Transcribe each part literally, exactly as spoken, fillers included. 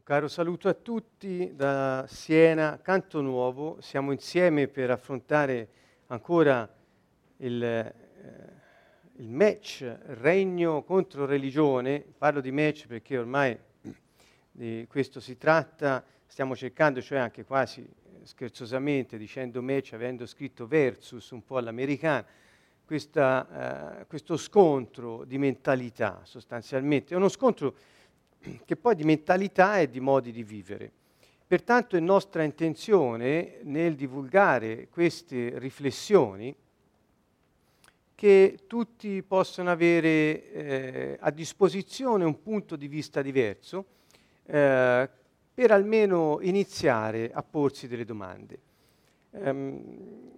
caro saluto a tutti da Siena, Canto Nuovo. Siamo insieme per affrontare ancora il, eh, il match regno contro religione. Parlo di match perché ormai di questo si tratta. Stiamo cercando, cioè anche quasi scherzosamente, dicendo match, avendo scritto versus un po' all'americana, questa, eh, questo scontro di mentalità sostanzialmente. È uno scontro che poi di mentalità e di modi di vivere. Pertanto è nostra intenzione nel divulgare queste riflessioni che tutti possano avere eh, a disposizione un punto di vista diverso eh, per almeno iniziare a porsi delle domande. Um,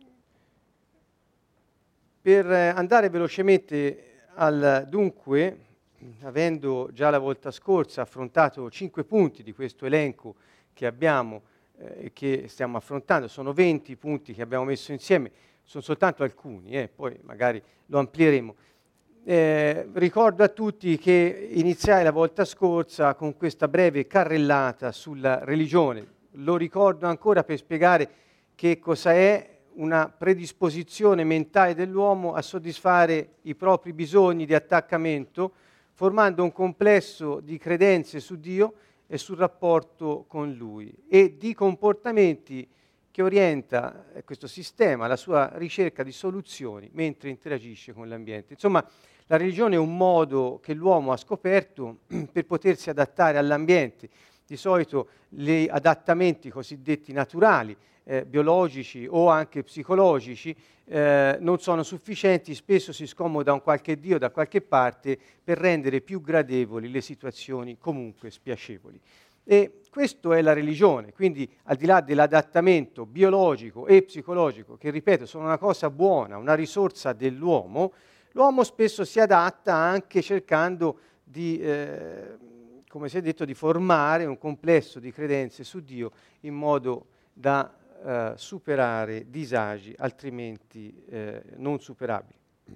per andare velocemente al dunque, avendo già la volta scorsa affrontato cinque punti di questo elenco che abbiamo e eh, che stiamo affrontando, sono venti punti che abbiamo messo insieme, sono soltanto alcuni, eh, poi magari lo amplieremo. Eh, ricordo a tutti che iniziai la volta scorsa con questa breve carrellata sulla religione. Lo ricordo ancora per spiegare che cosa è una predisposizione mentale dell'uomo a soddisfare i propri bisogni di attaccamento, formando un complesso di credenze su Dio e sul rapporto con Lui e di comportamenti che orienta eh, questo sistema alla sua ricerca di soluzioni mentre interagisce con l'ambiente. Insomma, la religione è un modo che l'uomo ha scoperto per potersi adattare all'ambiente. Di solito gli adattamenti cosiddetti naturali, eh, biologici o anche psicologici, eh, non sono sufficienti, spesso si scomoda un qualche dio da qualche parte per rendere più gradevoli le situazioni comunque spiacevoli. E questo è la religione, quindi al di là dell'adattamento biologico e psicologico, che ripeto sono una cosa buona, una risorsa dell'uomo, l'uomo spesso si adatta anche cercando di, eh, come si è detto, di formare un complesso di credenze su Dio in modo da eh, superare disagi altrimenti eh, non superabili.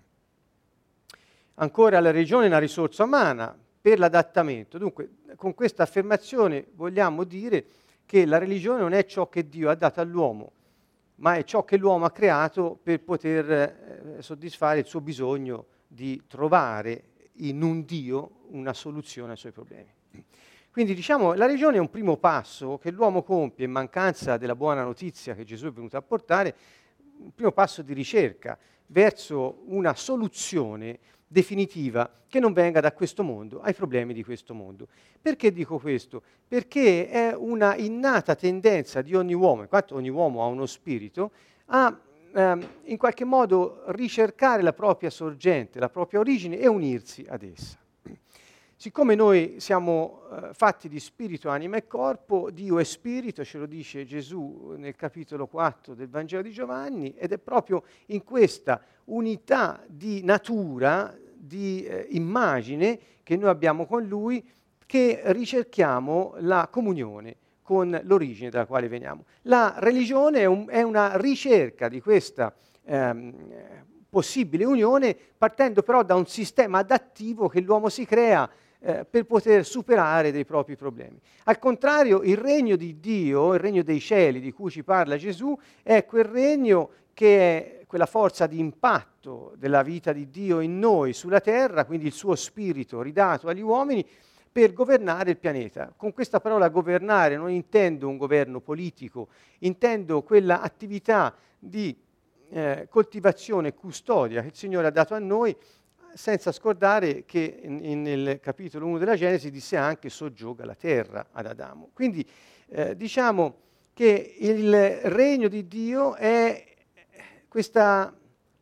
Ancora la religione è una risorsa umana per l'adattamento. Dunque, con questa affermazione vogliamo dire che la religione non è ciò che Dio ha dato all'uomo, ma è ciò che l'uomo ha creato per poter eh, soddisfare il suo bisogno di trovare in un Dio una soluzione ai suoi problemi. Quindi diciamo la religione è un primo passo che l'uomo compie in mancanza della buona notizia che Gesù è venuto a portare, un primo passo di ricerca verso una soluzione definitiva che non venga da questo mondo ai problemi di questo mondo. Perché dico questo? Perché è una innata tendenza di ogni uomo, in quanto ogni uomo ha uno spirito, a ehm, in qualche modo ricercare la propria sorgente, la propria origine e unirsi ad essa. Siccome noi siamo eh, fatti di spirito, anima e corpo, Dio è spirito, ce lo dice Gesù nel capitolo quattro del Vangelo di Giovanni, ed è proprio in questa unità di natura, di eh, immagine che noi abbiamo con Lui, che ricerchiamo la comunione con l'origine dalla quale veniamo. La religione è, un, è una ricerca di questa ehm, possibile unione, partendo però da un sistema adattivo che l'uomo si crea Eh, per poter superare dei propri problemi. Al contrario, il regno di Dio, il regno dei cieli di cui ci parla Gesù, è quel regno che è quella forza di impatto della vita di Dio in noi sulla terra, quindi il suo spirito ridato agli uomini per governare il pianeta. Con questa parola governare non intendo un governo politico, intendo quella attività di eh, coltivazione e custodia che il Signore ha dato a noi, senza scordare che in, in, nel capitolo uno della Genesi disse anche soggioga la terra ad Adamo. Quindi eh, diciamo che il regno di Dio è questa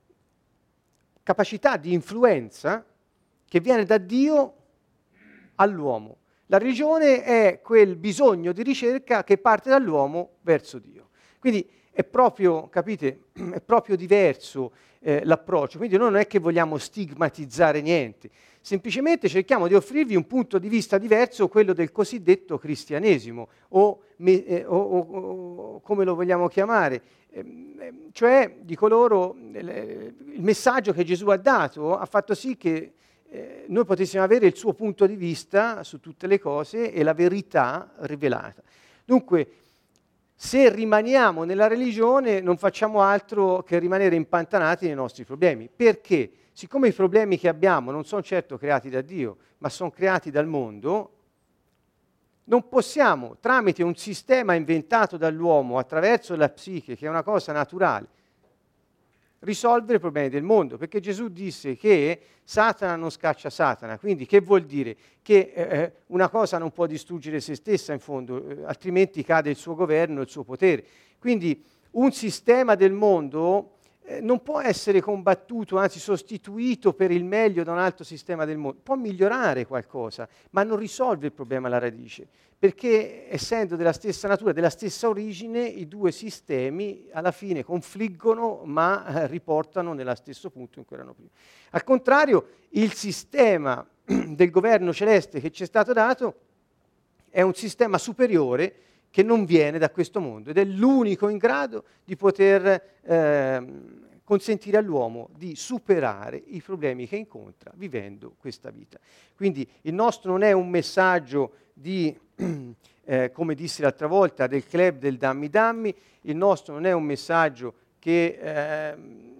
capacità di influenza che viene da Dio all'uomo. La religione è quel bisogno di ricerca che parte dall'uomo verso Dio. Quindi è proprio, capite, è proprio diverso eh, l'approccio, quindi noi non è che vogliamo stigmatizzare niente, semplicemente cerchiamo di offrirvi un punto di vista diverso, quello del cosiddetto cristianesimo, o, me, eh, o, o, o come lo vogliamo chiamare, eh, cioè di coloro, eh, il messaggio che Gesù ha dato ha fatto sì che eh, noi potessimo avere il suo punto di vista su tutte le cose e la verità rivelata. Dunque, se rimaniamo nella religione non facciamo altro che rimanere impantanati nei nostri problemi. Perché? Siccome i problemi che abbiamo non sono certo creati da Dio, ma sono creati dal mondo, non possiamo, tramite un sistema inventato dall'uomo attraverso la psiche, che è una cosa naturale, risolvere i problemi del mondo, perché Gesù disse che Satana non scaccia Satana, quindi che vuol dire? Che eh, una cosa non può distruggere se stessa in fondo, eh, altrimenti cade il suo governo, il suo potere. Quindi un sistema del mondo eh, non può essere combattuto, anzi sostituito per il meglio da un altro sistema del mondo, può migliorare qualcosa, ma non risolve il problema alla radice, perché essendo della stessa natura, della stessa origine, i due sistemi alla fine confliggono, ma eh, riportano nello stesso punto in cui erano prima. Al contrario, il sistema del governo celeste che ci è stato dato è un sistema superiore che non viene da questo mondo ed è l'unico in grado di poter eh, consentire all'uomo di superare i problemi che incontra vivendo questa vita. Quindi il nostro non è un messaggio di, eh, come dissi l'altra volta, del club del dammi dammi, il nostro non è un messaggio che eh,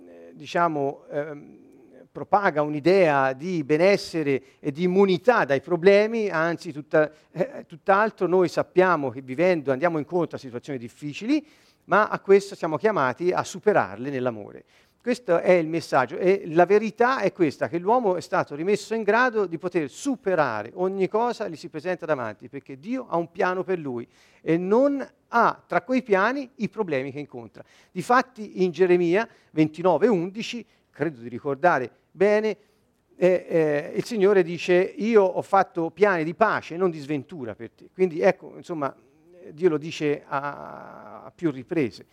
diciamo eh, propaga un'idea di benessere e di immunità dai problemi, anzi tutta, eh, tutt'altro. Noi sappiamo che vivendo andiamo incontro a situazioni difficili, ma a questo siamo chiamati a superarle nell'amore. Questo è il messaggio e la verità è questa, che l'uomo è stato rimesso in grado di poter superare ogni cosa gli si presenta davanti, perché Dio ha un piano per lui e non ha tra quei piani i problemi che incontra. Difatti in Geremia ventinove undici, credo di ricordare bene, eh, eh, il Signore dice: io ho fatto piani di pace e non di sventura per te. Quindi ecco, insomma, Dio lo dice a, a più riprese.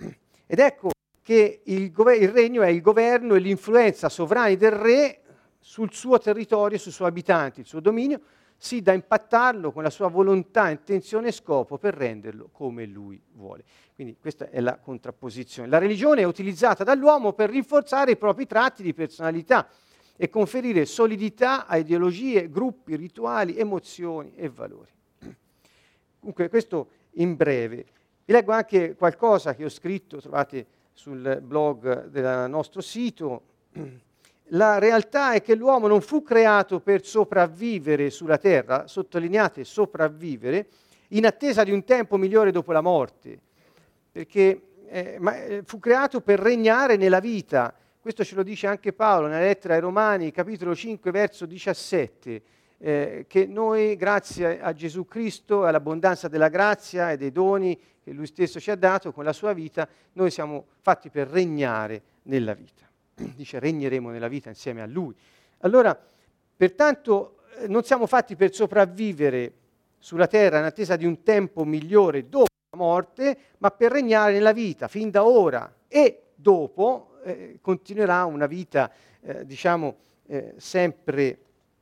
Ed ecco che il, gover- il regno è il governo e l'influenza sovrani del re sul suo territorio, sui suoi abitanti, il suo dominio, sì da impattarlo con la sua volontà, intenzione e scopo per renderlo come lui vuole. Quindi questa è la contrapposizione. La religione è utilizzata dall'uomo per rinforzare i propri tratti di personalità e conferire solidità a ideologie, gruppi, rituali, emozioni e valori. Comunque questo in breve. Vi leggo anche qualcosa che ho scritto, trovate sul blog del nostro sito. La realtà è che l'uomo non fu creato per sopravvivere sulla terra, sottolineate sopravvivere, in attesa di un tempo migliore dopo la morte, perché eh, ma, eh, fu creato per regnare nella vita. Questo ce lo dice anche Paolo nella lettera ai Romani, capitolo cinque, verso diciassette, eh, che noi, grazie a Gesù Cristo e all'abbondanza della grazia e dei doni che Lui stesso ci ha dato con la sua vita, noi siamo fatti per regnare nella vita. Dice regneremo nella vita insieme a Lui. Allora, pertanto, eh, non siamo fatti per sopravvivere sulla terra in attesa di un tempo migliore dopo la morte, ma per regnare nella vita, fin da ora e dopo eh, continuerà una vita, eh, diciamo, eh, sempre,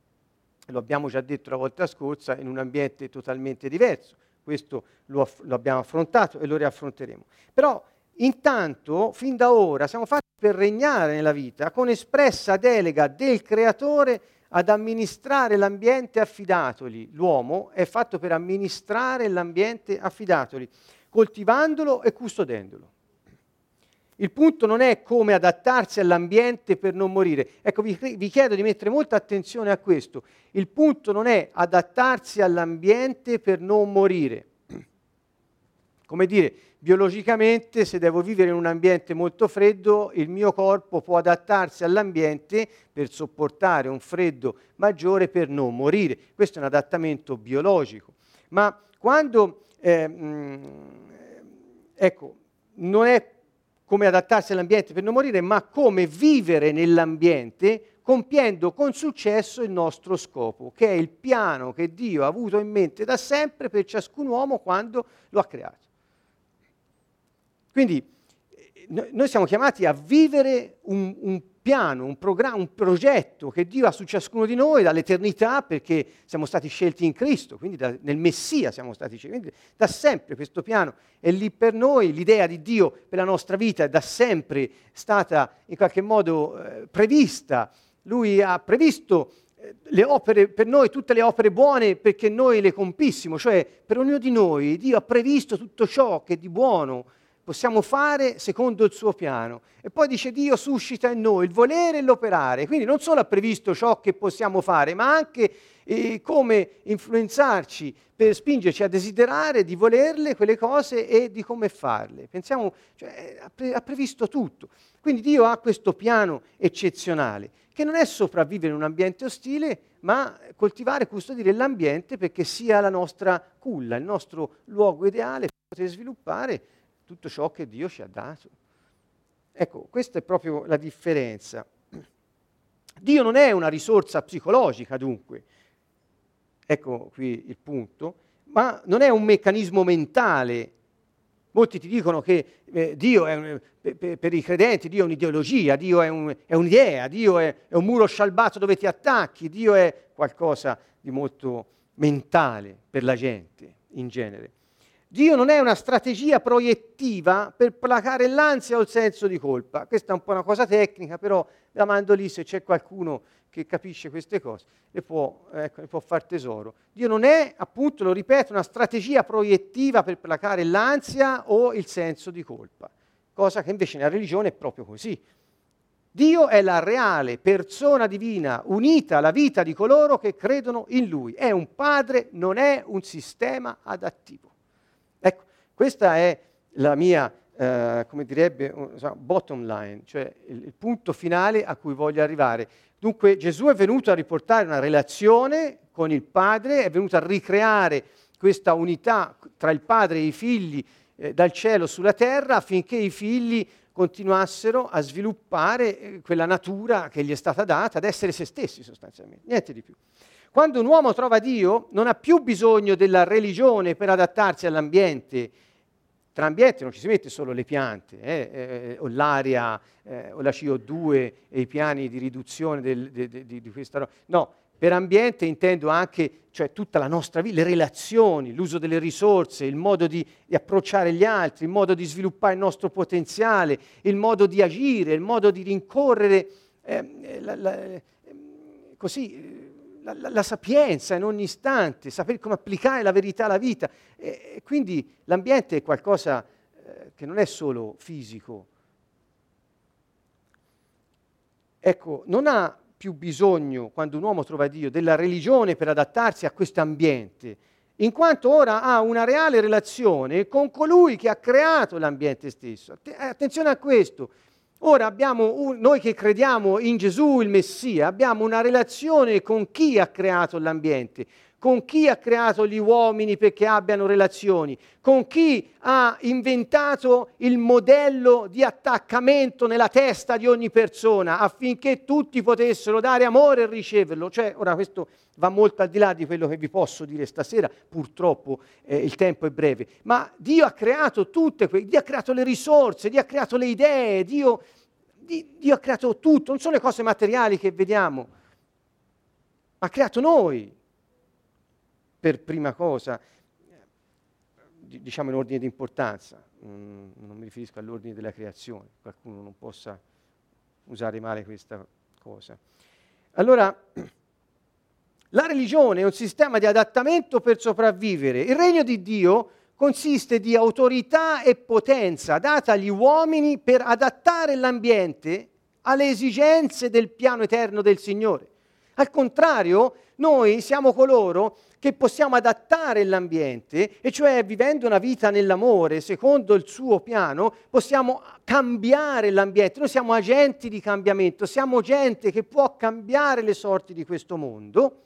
lo abbiamo già detto la volta scorsa, in un ambiente totalmente diverso. Questo lo, aff- lo abbiamo affrontato e lo riaffronteremo. Però, intanto, fin da ora, siamo fatti per regnare nella vita con espressa delega del Creatore ad amministrare l'ambiente affidatoli. L'uomo è fatto per amministrare l'ambiente affidatoli, coltivandolo e custodendolo. Il punto non è come adattarsi all'ambiente per non morire. Ecco, vi, vi chiedo di mettere molta attenzione a questo. Il punto non è adattarsi all'ambiente per non morire. Come dire, biologicamente, se devo vivere in un ambiente molto freddo, il mio corpo può adattarsi all'ambiente per sopportare un freddo maggiore per non morire. Questo è un adattamento biologico. Ma quando, eh, mh, ecco, non è come adattarsi all'ambiente per non morire, ma come vivere nell'ambiente compiendo con successo il nostro scopo, che è il piano che Dio ha avuto in mente da sempre per ciascun uomo quando lo ha creato. Quindi noi siamo chiamati a vivere un, un piano, un programma, un progetto che Dio ha su ciascuno di noi dall'eternità, perché siamo stati scelti in Cristo, quindi da, nel Messia siamo stati scelti. Quindi da sempre questo piano è lì per noi, l'idea di Dio per la nostra vita è da sempre stata in qualche modo eh, prevista. Lui ha previsto le opere, per noi tutte le opere buone perché noi le compissimo, cioè per ognuno di noi Dio ha previsto tutto ciò che di buono possiamo fare secondo il suo piano. E poi dice Dio suscita in noi il volere e l'operare, quindi non solo ha previsto ciò che possiamo fare, ma anche eh, come influenzarci per spingerci a desiderare di volerle quelle cose e di come farle. Pensiamo, cioè, ha, pre- ha previsto tutto. Quindi Dio ha questo piano eccezionale, che non è sopravvivere in un ambiente ostile, ma coltivare e custodire l'ambiente perché sia la nostra culla, il nostro luogo ideale per poter sviluppare tutto ciò che Dio ci ha dato. Ecco, questa è proprio la differenza. Dio non è una risorsa psicologica, dunque, ecco qui il punto, ma non è un meccanismo mentale. Molti ti dicono che eh, Dio è un, per, per i credenti, Dio è un'ideologia, Dio è, un, è un'idea, Dio è, è un muro scialbato dove ti attacchi, Dio è qualcosa di molto mentale per la gente in genere. Dio non è una strategia proiettiva per placare l'ansia o il senso di colpa. Questa è un po' una cosa tecnica, però la mando lì se c'è qualcuno che capisce queste cose, ne può, ecco, ne può far tesoro. Dio non è, appunto, lo ripeto, una strategia proiettiva per placare l'ansia o il senso di colpa, cosa che invece nella religione è proprio così. Dio è la reale persona divina unita alla vita di coloro che credono in Lui. È un padre, non è un sistema adattivo. Ecco, questa è la mia, eh, come direbbe, uh, bottom line, cioè il, il punto finale a cui voglio arrivare. Dunque Gesù è venuto a riportare una relazione con il Padre, è venuto a ricreare questa unità tra il Padre e i figli eh, dal cielo sulla terra affinché i figli continuassero a sviluppare eh, quella natura che gli è stata data, ad essere se stessi sostanzialmente, niente di più. Quando un uomo trova Dio non ha più bisogno della religione per adattarsi all'ambiente. Tra ambiente non ci si mette solo le piante, eh, eh, o l'aria, eh, o la C O due e i piani di riduzione del, de, de, di, di questa roba. No, per ambiente intendo anche, cioè tutta la nostra vita, le relazioni, l'uso delle risorse, il modo di, di approcciare gli altri, il modo di sviluppare il nostro potenziale, il modo di agire, il modo di rincorrere eh, la, la, così... La, la, la sapienza in ogni istante, sapere come applicare la verità alla vita. E, e quindi l'ambiente è qualcosa eh, che non è solo fisico. Ecco, non ha più bisogno, quando un uomo trova Dio, della religione per adattarsi a questo ambiente, in quanto ora ha una reale relazione con colui che ha creato l'ambiente stesso. Att- attenzione a questo. Ora abbiamo un, noi che crediamo in Gesù, il Messia, abbiamo una relazione con chi ha creato l'ambiente, con chi ha creato gli uomini perché abbiano relazioni, con chi ha inventato il modello di attaccamento nella testa di ogni persona affinché tutti potessero dare amore e riceverlo. Cioè, ora questo va molto al di là di quello che vi posso dire stasera, purtroppo eh, il tempo è breve, ma Dio ha creato tutte quelle, Dio ha creato le risorse, Dio ha creato le idee, Dio, Dio, Dio ha creato tutto, non sono le cose materiali che vediamo, ma ha creato noi. Per prima cosa, diciamo in ordine di importanza, mm, non mi riferisco all'ordine della creazione, qualcuno non possa usare male questa cosa. Allora, la religione è un sistema di adattamento per sopravvivere. Il regno di Dio consiste di autorità e potenza data agli uomini per adattare l'ambiente alle esigenze del piano eterno del Signore. Al contrario, noi siamo coloro che possiamo adattare l'ambiente, e cioè vivendo una vita nell'amore, secondo il suo piano, possiamo cambiare l'ambiente. Noi siamo agenti di cambiamento, siamo gente che può cambiare le sorti di questo mondo.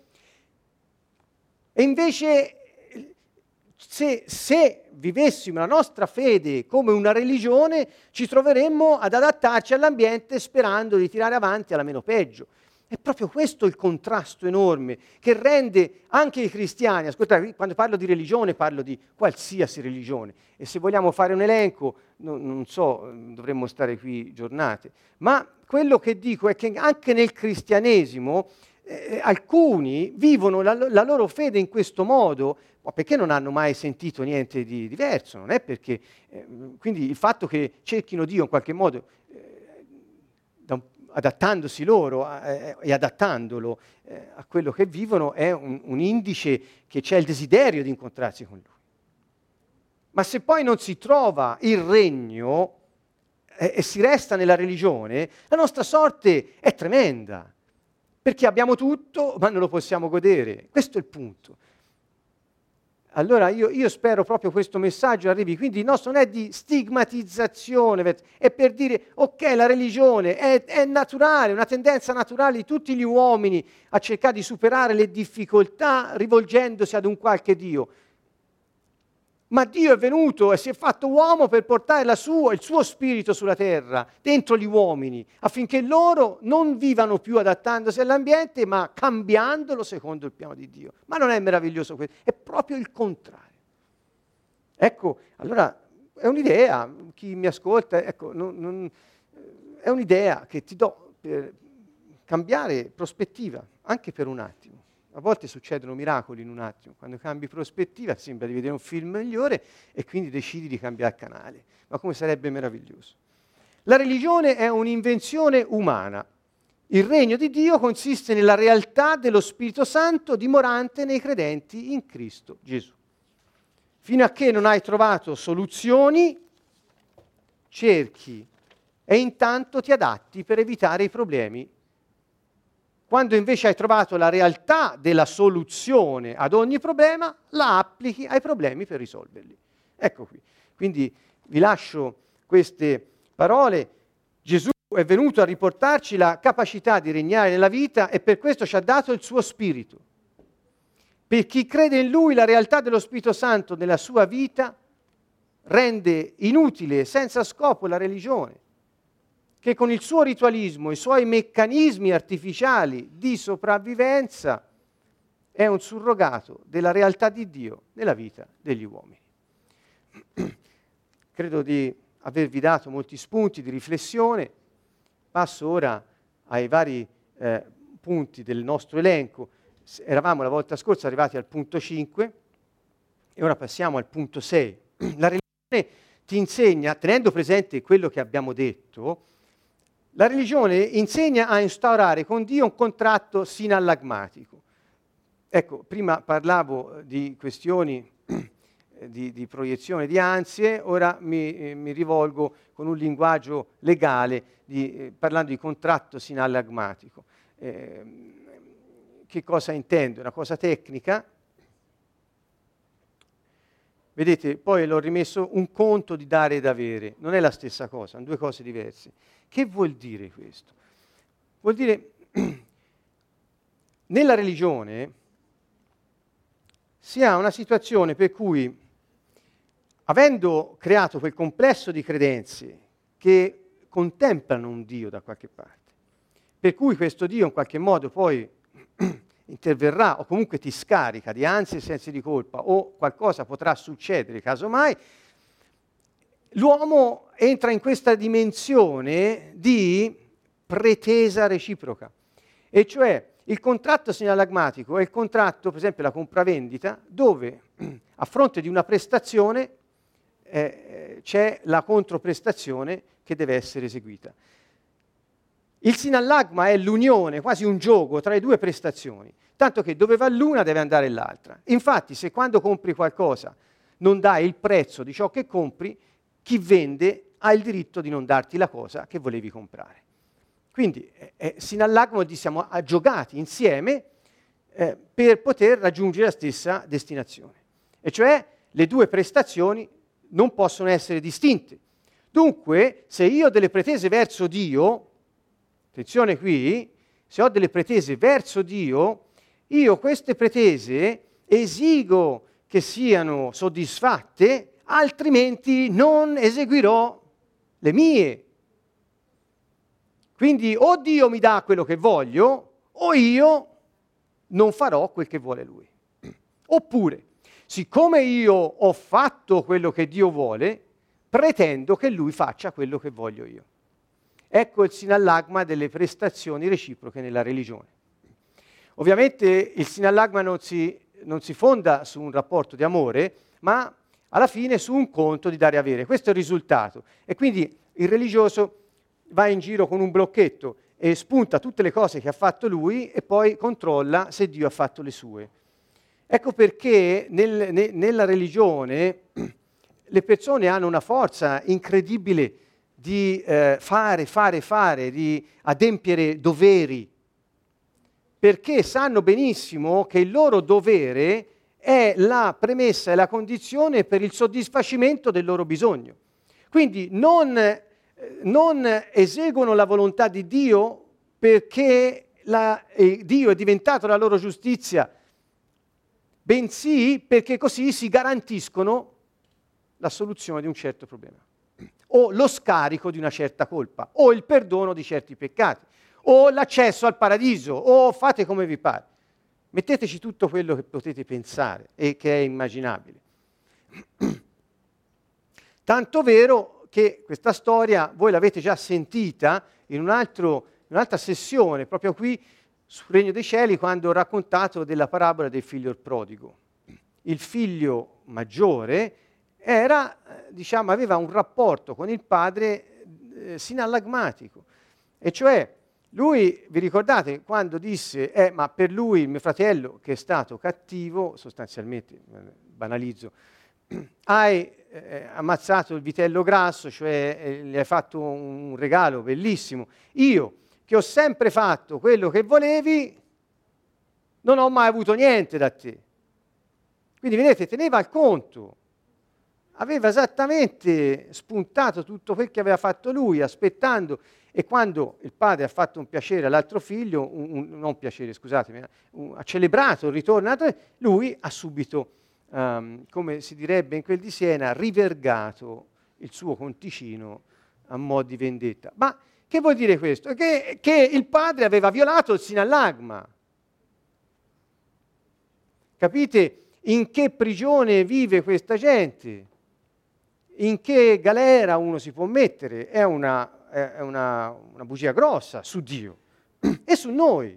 E invece, se, se vivessimo la nostra fede come una religione, ci troveremmo ad adattarci all'ambiente sperando di tirare avanti alla meno peggio. È proprio questo il contrasto enorme che rende anche i cristiani, ascoltate, quando parlo di religione parlo di qualsiasi religione, e se vogliamo fare un elenco, non, non so, dovremmo stare qui giornate, ma quello che dico è che anche nel cristianesimo eh, alcuni vivono la, la loro fede in questo modo, ma perché non hanno mai sentito niente di diverso, non è perché, eh, quindi il fatto che cerchino Dio in qualche modo, eh, da un adattandosi loro eh, e adattandolo eh, a quello che vivono, è un, un indice che c'è il desiderio di incontrarsi con lui. Ma se poi non si trova il regno eh, e si resta nella religione, la nostra sorte è tremenda, perché abbiamo tutto ma non lo possiamo godere. Questo è il punto. Allora io, io spero proprio questo messaggio arrivi, quindi il nostro non è di stigmatizzazione, è per dire ok, la religione è, è naturale, una tendenza naturale di tutti gli uomini a cercare di superare le difficoltà rivolgendosi ad un qualche Dio. Ma Dio è venuto e si è fatto uomo per portare la sua, il suo spirito sulla terra, dentro gli uomini, affinché loro non vivano più adattandosi all'ambiente, ma cambiandolo secondo il piano di Dio. Ma non è meraviglioso questo? È proprio il contrario. Ecco, allora è un'idea, chi mi ascolta, ecco, non, non, è un'idea che ti do per cambiare prospettiva, anche per un attimo. A volte succedono miracoli in un attimo, quando cambi prospettiva sembra di vedere un film migliore e quindi decidi di cambiare canale. Ma come sarebbe meraviglioso. La religione è un'invenzione umana. Il regno di Dio consiste nella realtà dello Spirito Santo dimorante nei credenti in Cristo Gesù. Fino a che non hai trovato soluzioni, cerchi e intanto ti adatti per evitare i problemi. Quando invece hai trovato la realtà della soluzione ad ogni problema, la applichi ai problemi per risolverli. Ecco qui. Quindi vi lascio queste parole. Gesù è venuto a riportarci la capacità di regnare nella vita e per questo ci ha dato il suo Spirito. Per chi crede in Lui, la realtà dello Spirito Santo nella sua vita rende inutile, senza scopo, la religione, che con il suo ritualismo, i suoi meccanismi artificiali di sopravvivenza è un surrogato della realtà di Dio nella vita degli uomini. Credo di avervi dato molti spunti di riflessione. Passo ora ai vari eh, punti del nostro elenco. Eravamo la volta scorsa arrivati al punto cinque e ora passiamo al punto sei. La religione ti insegna, tenendo presente quello che abbiamo detto, la religione insegna a instaurare con Dio un contratto sinallagmatico. Ecco, prima parlavo di questioni di, di proiezione di ansie, ora mi, eh, mi rivolgo con un linguaggio legale, di, eh, parlando di contratto sinallagmatico. Eh, che cosa intendo? Una cosa tecnica. Vedete, poi l'ho rimesso un conto di dare ed avere. Non è la stessa cosa, sono due cose diverse. Che vuol dire questo? Vuol dire, nella religione si ha una situazione per cui, avendo creato quel complesso di credenze che contemplano un Dio da qualche parte, per cui questo Dio in qualche modo poi interverrà o comunque ti scarica di ansie e sensi di colpa o qualcosa potrà succedere casomai, l'uomo entra in questa dimensione di pretesa reciproca, e cioè il contratto sinallagmatico è il contratto, per esempio la compravendita, dove a fronte di una prestazione eh, c'è la controprestazione che deve essere eseguita. Il sinallagma è l'unione, quasi un gioco tra le due prestazioni, tanto che dove va l'una deve andare l'altra. Infatti, se quando compri qualcosa non dai il prezzo di ciò che compri, chi vende ha il diritto di non darti la cosa che volevi comprare. Quindi eh, eh, sinallagma di siamo aggiogati insieme eh, per poter raggiungere la stessa destinazione. E cioè le due prestazioni non possono essere distinte. Dunque, se io ho delle pretese verso Dio, attenzione qui, se ho delle pretese verso Dio, io queste pretese esigo che siano soddisfatte, altrimenti non eseguirò le mie. Quindi o Dio mi dà quello che voglio, o io non farò quel che vuole Lui. Oppure, siccome io ho fatto quello che Dio vuole, pretendo che Lui faccia quello che voglio io. Ecco il sinallagma delle prestazioni reciproche nella religione. Ovviamente il sinallagma non si, non si fonda su un rapporto di amore, ma alla fine su un conto di dare e avere. Questo è il risultato. E quindi il religioso va in giro con un blocchetto e spunta tutte le cose che ha fatto lui e poi controlla se Dio ha fatto le sue. Ecco perché nel, ne, nella religione le persone hanno una forza incredibile di eh, fare, fare, fare, di adempiere doveri, perché sanno benissimo che il loro dovere è la premessa e la condizione per il soddisfacimento del loro bisogno. Quindi non, eh, non eseguono la volontà di Dio perché la, eh, Dio è diventato la loro giustizia, bensì perché così si garantiscono la soluzione di un certo problema, o lo scarico di una certa colpa, o il perdono di certi peccati, o l'accesso al paradiso, o fate come vi pare. Metteteci tutto quello che potete pensare e che è immaginabile. Tanto vero che questa storia voi l'avete già sentita in, un altro, in un'altra sessione, proprio qui sul Regno dei Cieli, quando ho raccontato della parabola del figlio prodigo. Il figlio maggiore era, diciamo, aveva un rapporto con il padre eh, sinallagmatico, e cioè lui, vi ricordate, quando disse, eh, ma per lui il mio fratello che è stato cattivo, sostanzialmente, eh, banalizzo, hai eh, ammazzato il vitello grasso, cioè eh, gli hai fatto un regalo bellissimo, io che ho sempre fatto quello che volevi, non ho mai avuto niente da te. Quindi vedete, teneva il conto, aveva esattamente spuntato tutto quel che aveva fatto lui, aspettando, e quando il padre ha fatto un piacere all'altro figlio, un, un, non piacere, scusatemi, un, ha celebrato il ritorno, lui ha subito, um, come si direbbe in quel di Siena, rivergato il suo conticino a mo' di vendetta. Ma che vuol dire questo? Che, che il padre aveva violato il sinallagma. Capite in che prigione vive questa gente? In che galera uno si può mettere? È una, è una, una bugia grossa su Dio e su noi.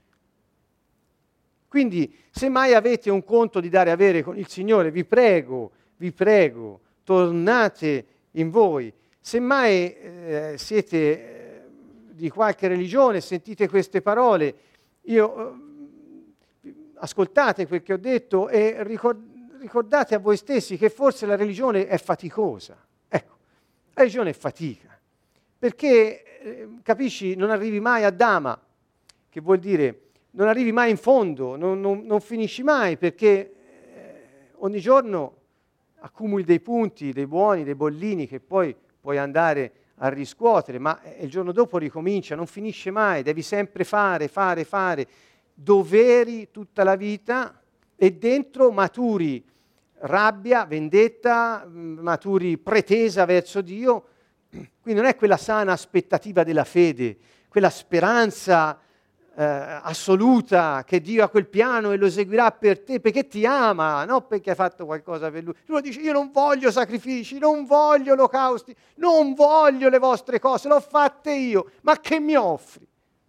Quindi, se mai avete un conto di dare avere con il Signore, vi prego, vi prego, tornate in voi. Se mai eh, siete eh, di qualche religione, sentite queste parole, io, eh, ascoltate quel che ho detto e ricordate, ricordate a voi stessi che forse la religione è faticosa. Ecco, la religione è fatica, perché, eh, capisci, non arrivi mai a Dama, che vuol dire non arrivi mai in fondo, non, non, non finisci mai, perché eh, ogni giorno accumuli dei punti, dei buoni, dei bollini che poi puoi andare a riscuotere, ma eh, il giorno dopo ricomincia, non finisce mai, devi sempre fare, fare, fare, doveri tutta la vita, e dentro maturi rabbia, vendetta, maturi pretesa verso Dio. Quindi non è quella sana aspettativa della fede, quella speranza eh, assoluta che Dio ha quel piano e lo eseguirà per te perché ti ama, non perché hai fatto qualcosa per Lui. Lui dice: io non voglio sacrifici, non voglio olocausti, non voglio le vostre cose, l'ho fatte io, ma che mi offri?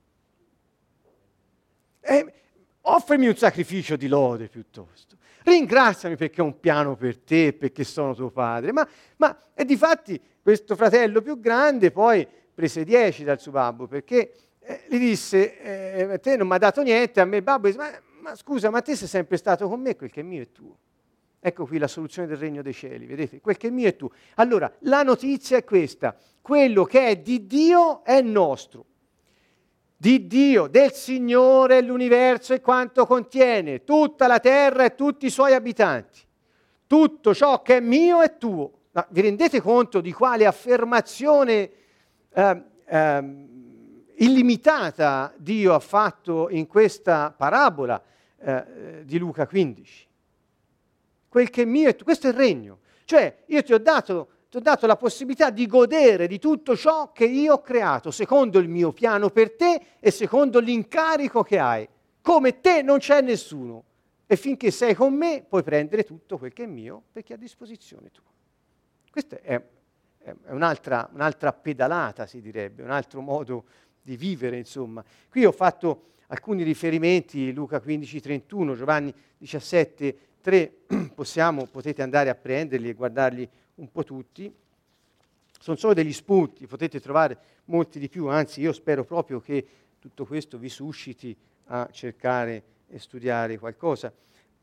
Eh, offrimi un sacrificio di lode piuttosto. Ringraziami perché ho un piano per te, perché sono tuo padre. Ma, ma e difatti questo fratello più grande poi prese dieci dal suo babbo, perché eh, gli disse: eh, te non mi ha dato niente, a me il babbo disse: ma, ma scusa, ma te sei sempre stato con me, quel che è mio è tuo. Ecco qui la soluzione del regno dei cieli, vedete? Quel che è mio è tuo. Allora, la notizia è questa: quello che è di Dio è nostro. Di Dio, del Signore, l'universo e quanto contiene, tutta la terra e tutti i suoi abitanti. Tutto ciò che è mio è tuo. Ma vi rendete conto di quale affermazione eh, eh, illimitata Dio ha fatto in questa parabola eh, di Luca quindici? Quel che è mio è tuo. Questo è il regno. Cioè, io ti ho dato... ti ho dato la possibilità di godere di tutto ciò che io ho creato, secondo il mio piano per te e secondo l'incarico che hai. Come te non c'è nessuno. E finché sei con me puoi prendere tutto quel che è mio perché è a disposizione tua. Questa è, è un'altra, un'altra pedalata, si direbbe, un altro modo di vivere, insomma. Qui ho fatto alcuni riferimenti, Luca quindici trentuno, Giovanni diciassette tre, possiamo, potete andare a prenderli e guardarli un po' tutti. Sono solo degli spunti, potete trovare molti di più, anzi io spero proprio che tutto questo vi susciti a cercare e studiare qualcosa.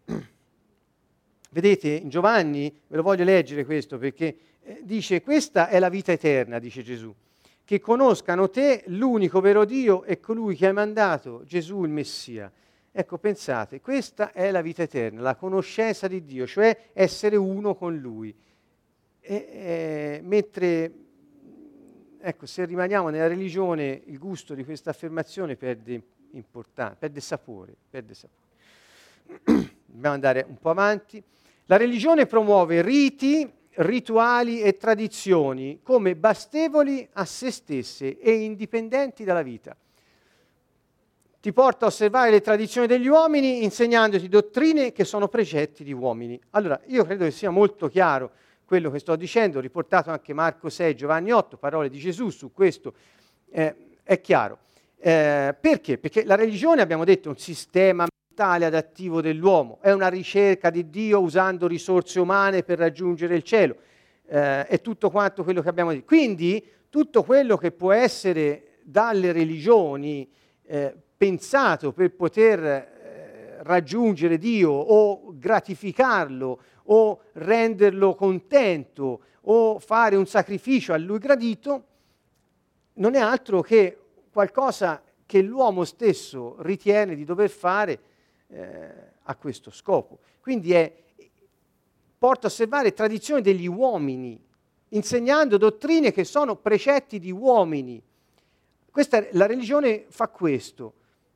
Vedete, in Giovanni, ve lo voglio leggere questo, perché eh, dice: questa è la vita eterna, dice Gesù, che conoscano te, l'unico vero Dio, e colui che hai mandato, Gesù il Messia. Ecco, pensate, questa è la vita eterna, la conoscenza di Dio, cioè essere uno con Lui. E, eh, mentre, ecco, se rimaniamo nella religione, il gusto di questa affermazione perde importanza, perde sapore, perde sapore. Dobbiamo andare un po' avanti. La religione promuove riti, rituali e tradizioni come bastevoli a se stesse e indipendenti dalla vita. Ti porta a osservare le tradizioni degli uomini insegnandoti dottrine che sono precetti di uomini. Allora, io credo che sia molto chiaro quello che sto dicendo, riportato anche Marco sei, Giovanni otto, parole di Gesù su questo, eh, è chiaro. Eh, perché? Perché la religione, abbiamo detto, è un sistema mentale adattivo dell'uomo, è una ricerca di Dio usando risorse umane per raggiungere il cielo, eh, è tutto quanto quello che abbiamo detto. Quindi tutto quello che può essere dalle religioni eh, pensato per poter eh, raggiungere Dio o gratificarlo o renderlo contento o fare un sacrificio a lui gradito, non è altro che qualcosa che l'uomo stesso ritiene di dover fare eh, a questo scopo. Quindi è, porta a osservare tradizioni degli uomini, insegnando dottrine che sono precetti di uomini. Questa, la religione fa questo.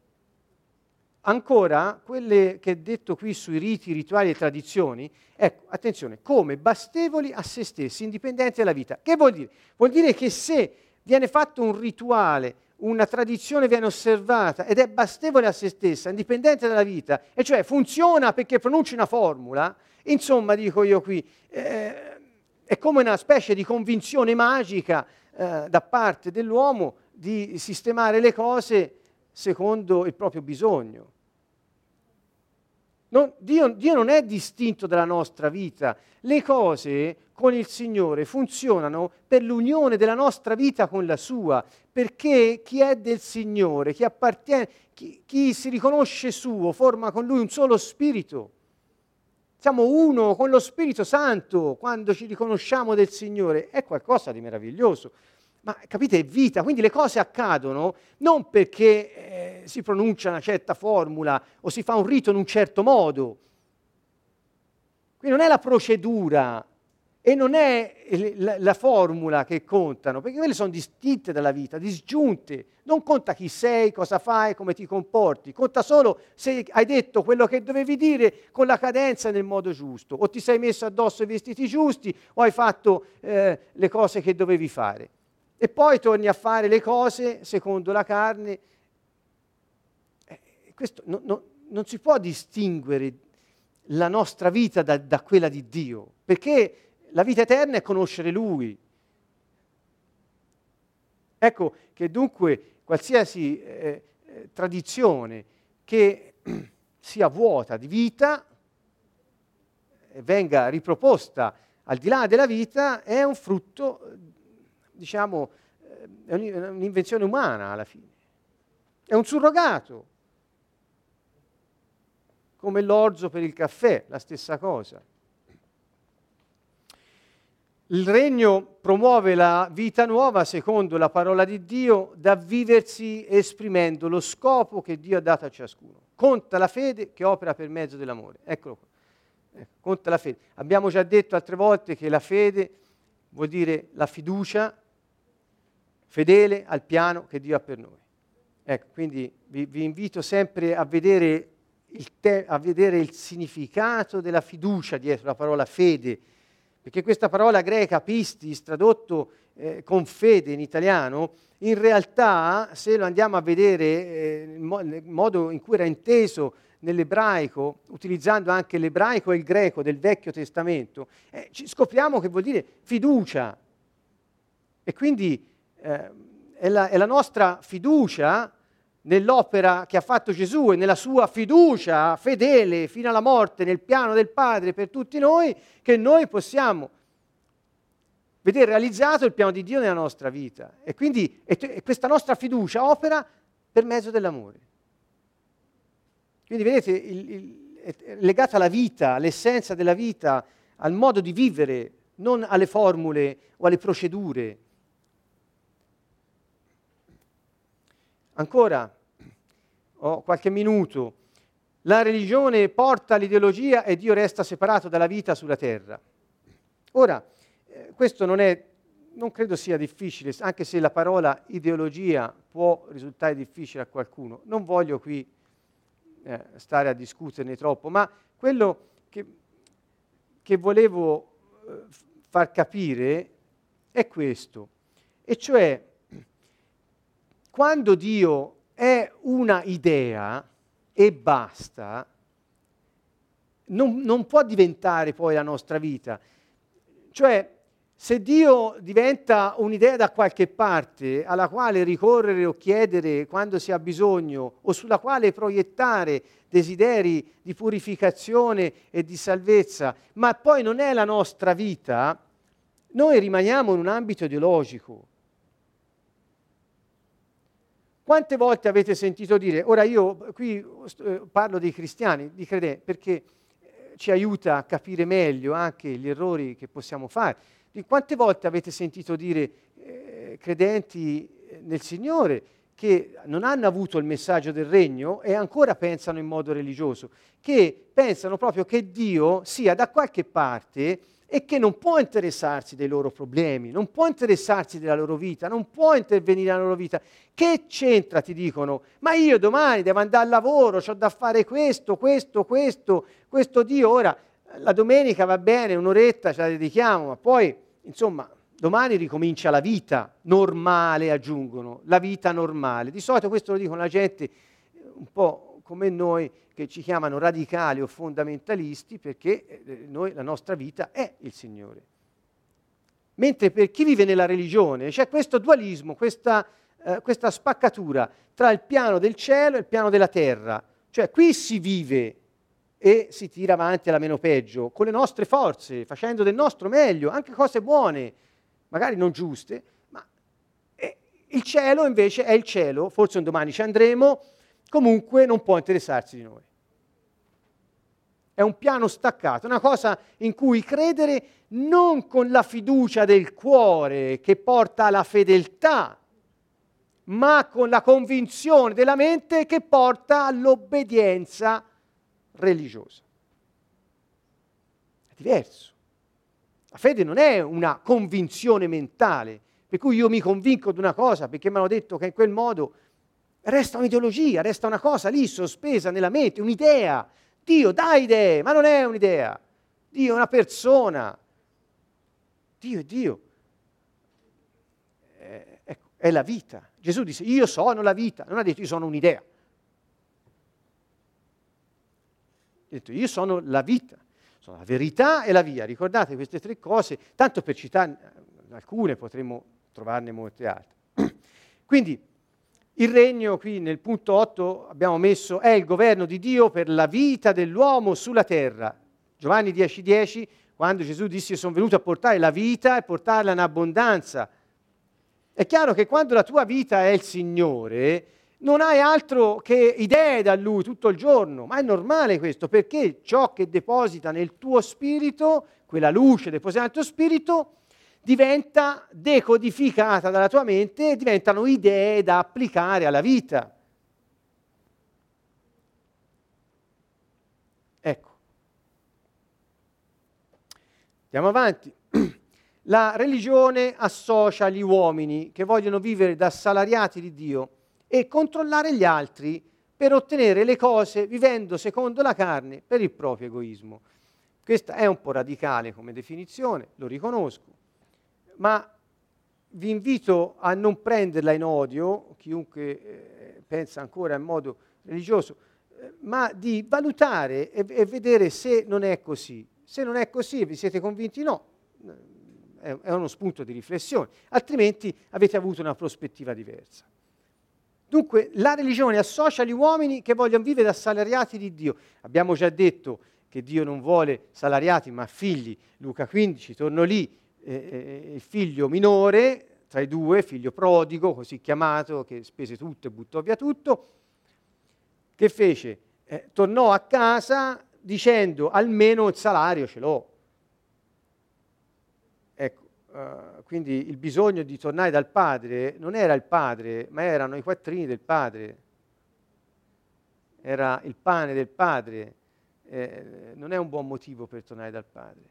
Ancora, quelle che è detto qui sui riti, rituali e tradizioni, ecco, attenzione, come bastevoli a se stessi, indipendenti dalla vita. Che vuol dire? Vuol dire che se viene fatto un rituale, una tradizione viene osservata ed è bastevole a se stessa, indipendente dalla vita, e cioè funziona perché pronunci una formula, insomma, dico io qui, eh, è come una specie di convinzione magica eh, da parte dell'uomo di sistemare le cose secondo il proprio bisogno. Non, Dio, Dio non è distinto dalla nostra vita. Le cose con il Signore funzionano per l'unione della nostra vita con la sua, perché chi è del Signore, chi appartiene, chi, chi si riconosce suo, forma con Lui un solo spirito. Siamo uno con lo Spirito Santo quando ci riconosciamo del Signore. È qualcosa di meraviglioso. Ma capite, è vita, quindi le cose accadono non perché eh, si pronuncia una certa formula o si fa un rito in un certo modo. Quindi non è la procedura e non è la, la formula che contano, perché quelle sono distinte dalla vita, disgiunte. Non conta chi sei, cosa fai, come ti comporti, conta solo se hai detto quello che dovevi dire con la cadenza e nel modo giusto, o ti sei messo addosso i vestiti giusti, o hai fatto eh, le cose che dovevi fare. E poi torni a fare le cose secondo la carne. Eh, questo no, no, non si può distinguere la nostra vita da, da quella di Dio, perché la vita eterna è conoscere Lui. Ecco che dunque qualsiasi eh, eh, tradizione che sia vuota di vita e venga riproposta al di là della vita è un frutto, diciamo, è un'invenzione umana alla fine. È un surrogato, come l'orzo per il caffè, la stessa cosa. Il regno promuove la vita nuova secondo la parola di Dio da viversi esprimendo lo scopo che Dio ha dato a ciascuno. Conta la fede che opera per mezzo dell'amore. Eccolo qua. Ecco, conta la fede. Abbiamo già detto altre volte che la fede vuol dire la fiducia fedele al piano che Dio ha per noi. Ecco, quindi vi, vi invito sempre a vedere, il te, a vedere il significato della fiducia dietro la parola fede, perché questa parola greca, pistis, tradotto eh, con fede in italiano, in realtà, se lo andiamo a vedere eh, nel modo in cui era inteso nell'ebraico, utilizzando anche l'ebraico e il greco del Vecchio Testamento, eh, ci scopriamo che vuol dire fiducia. E quindi eh, è, la, è la nostra fiducia nell'opera che ha fatto Gesù e nella sua fiducia fedele fino alla morte nel piano del Padre per tutti noi, che noi possiamo vedere realizzato il piano di Dio nella nostra vita. E quindi e, e questa nostra fiducia opera per mezzo dell'amore. Quindi vedete, il, il, è legata alla vita, all'essenza della vita, al modo di vivere, non alle formule o alle procedure. Ancora, ho qualche minuto. La religione porta l'ideologia e Dio resta separato dalla vita sulla terra. Ora, eh, questo non è, non credo sia difficile, anche se la parola ideologia può risultare difficile a qualcuno. Non voglio qui eh, stare a discuterne troppo, ma quello che, che volevo eh, far capire è questo, e cioè quando Dio è una idea e basta, non, non può diventare poi la nostra vita. Cioè, se Dio diventa un'idea da qualche parte alla quale ricorrere o chiedere quando si ha bisogno, o sulla quale proiettare desideri di purificazione e di salvezza, ma poi non è la nostra vita, noi rimaniamo in un ambito ideologico. Quante volte avete sentito dire, ora io qui eh, parlo dei cristiani, di credenti, perché eh, ci aiuta a capire meglio anche gli errori che possiamo fare. Di quante volte avete sentito dire eh, credenti nel Signore che non hanno avuto il messaggio del regno e ancora pensano in modo religioso, che pensano proprio che Dio sia da qualche parte e che non può interessarsi dei loro problemi, non può interessarsi della loro vita, non può intervenire nella loro vita. Che c'entra, ti dicono? Ma io domani devo andare al lavoro, ho da fare questo, questo, questo, questo Dio. Ora, la domenica va bene, un'oretta ce la dedichiamo, ma poi, insomma, domani ricomincia la vita normale, aggiungono, la vita normale. Di solito questo lo dicono la gente un po' come noi, che ci chiamano radicali o fondamentalisti, perché noi, la nostra vita è il Signore. Mentre per chi vive nella religione c'è questo dualismo, questa, eh, questa spaccatura tra il piano del cielo e il piano della terra. Cioè qui si vive e si tira avanti alla meno peggio, con le nostre forze, facendo del nostro meglio, anche cose buone, magari non giuste, ma eh, il cielo invece è il cielo, forse un domani ci andremo, comunque non può interessarsi di noi. È un piano staccato, una cosa in cui credere non con la fiducia del cuore che porta alla fedeltà, ma con la convinzione della mente che porta all'obbedienza religiosa. È diverso. La fede non è una convinzione mentale, per cui io mi convinco di una cosa perché mi hanno detto che in quel modo resta un'ideologia, resta una cosa lì sospesa nella mente, un'idea. Dio dà idee, ma non è un'idea. Dio è una persona. Dio è Dio. Eh, ecco, è la vita. Gesù disse, io sono la vita. Non ha detto, io sono un'idea. Ha detto, io sono la vita. Sono la verità e la via. Ricordate queste tre cose, tanto per citare alcune, potremmo trovarne molte altre. Quindi, il regno, qui nel punto otto abbiamo messo, è il governo di Dio per la vita dell'uomo sulla terra. Giovanni dieci dieci, quando Gesù disse, io sono venuto a portare la vita e portarla in abbondanza. È chiaro che quando la tua vita è il Signore, non hai altro che idee da Lui tutto il giorno, ma è normale questo, perché ciò che deposita nel tuo spirito, quella luce depositata nel tuo spirito, diventa decodificata dalla tua mente e diventano idee da applicare alla vita. Ecco. Andiamo avanti. La religione associa gli uomini che vogliono vivere da salariati di Dio e controllare gli altri per ottenere le cose vivendo secondo la carne per il proprio egoismo. Questa è un po' radicale come definizione, lo riconosco. Ma vi invito a non prenderla in odio, chiunque eh, pensa ancora in modo religioso, eh, ma di valutare e, e vedere se non è così. Se non è così e vi siete convinti no, è, è uno spunto di riflessione, altrimenti avete avuto una prospettiva diversa. Dunque, la religione associa gli uomini che vogliono vivere da salariati di Dio. Abbiamo già detto che Dio non vuole salariati ma figli, Luca quindici, torno lì, eh, il figlio minore tra i due, figlio prodigo, così chiamato, che spese tutto e buttò via tutto, che fece? Eh, tornò a casa dicendo almeno il salario ce l'ho. Ecco, uh, quindi il bisogno di tornare dal padre non era il padre, ma erano i quattrini del padre. Era il pane del padre. Eh, non è un buon motivo per tornare dal padre.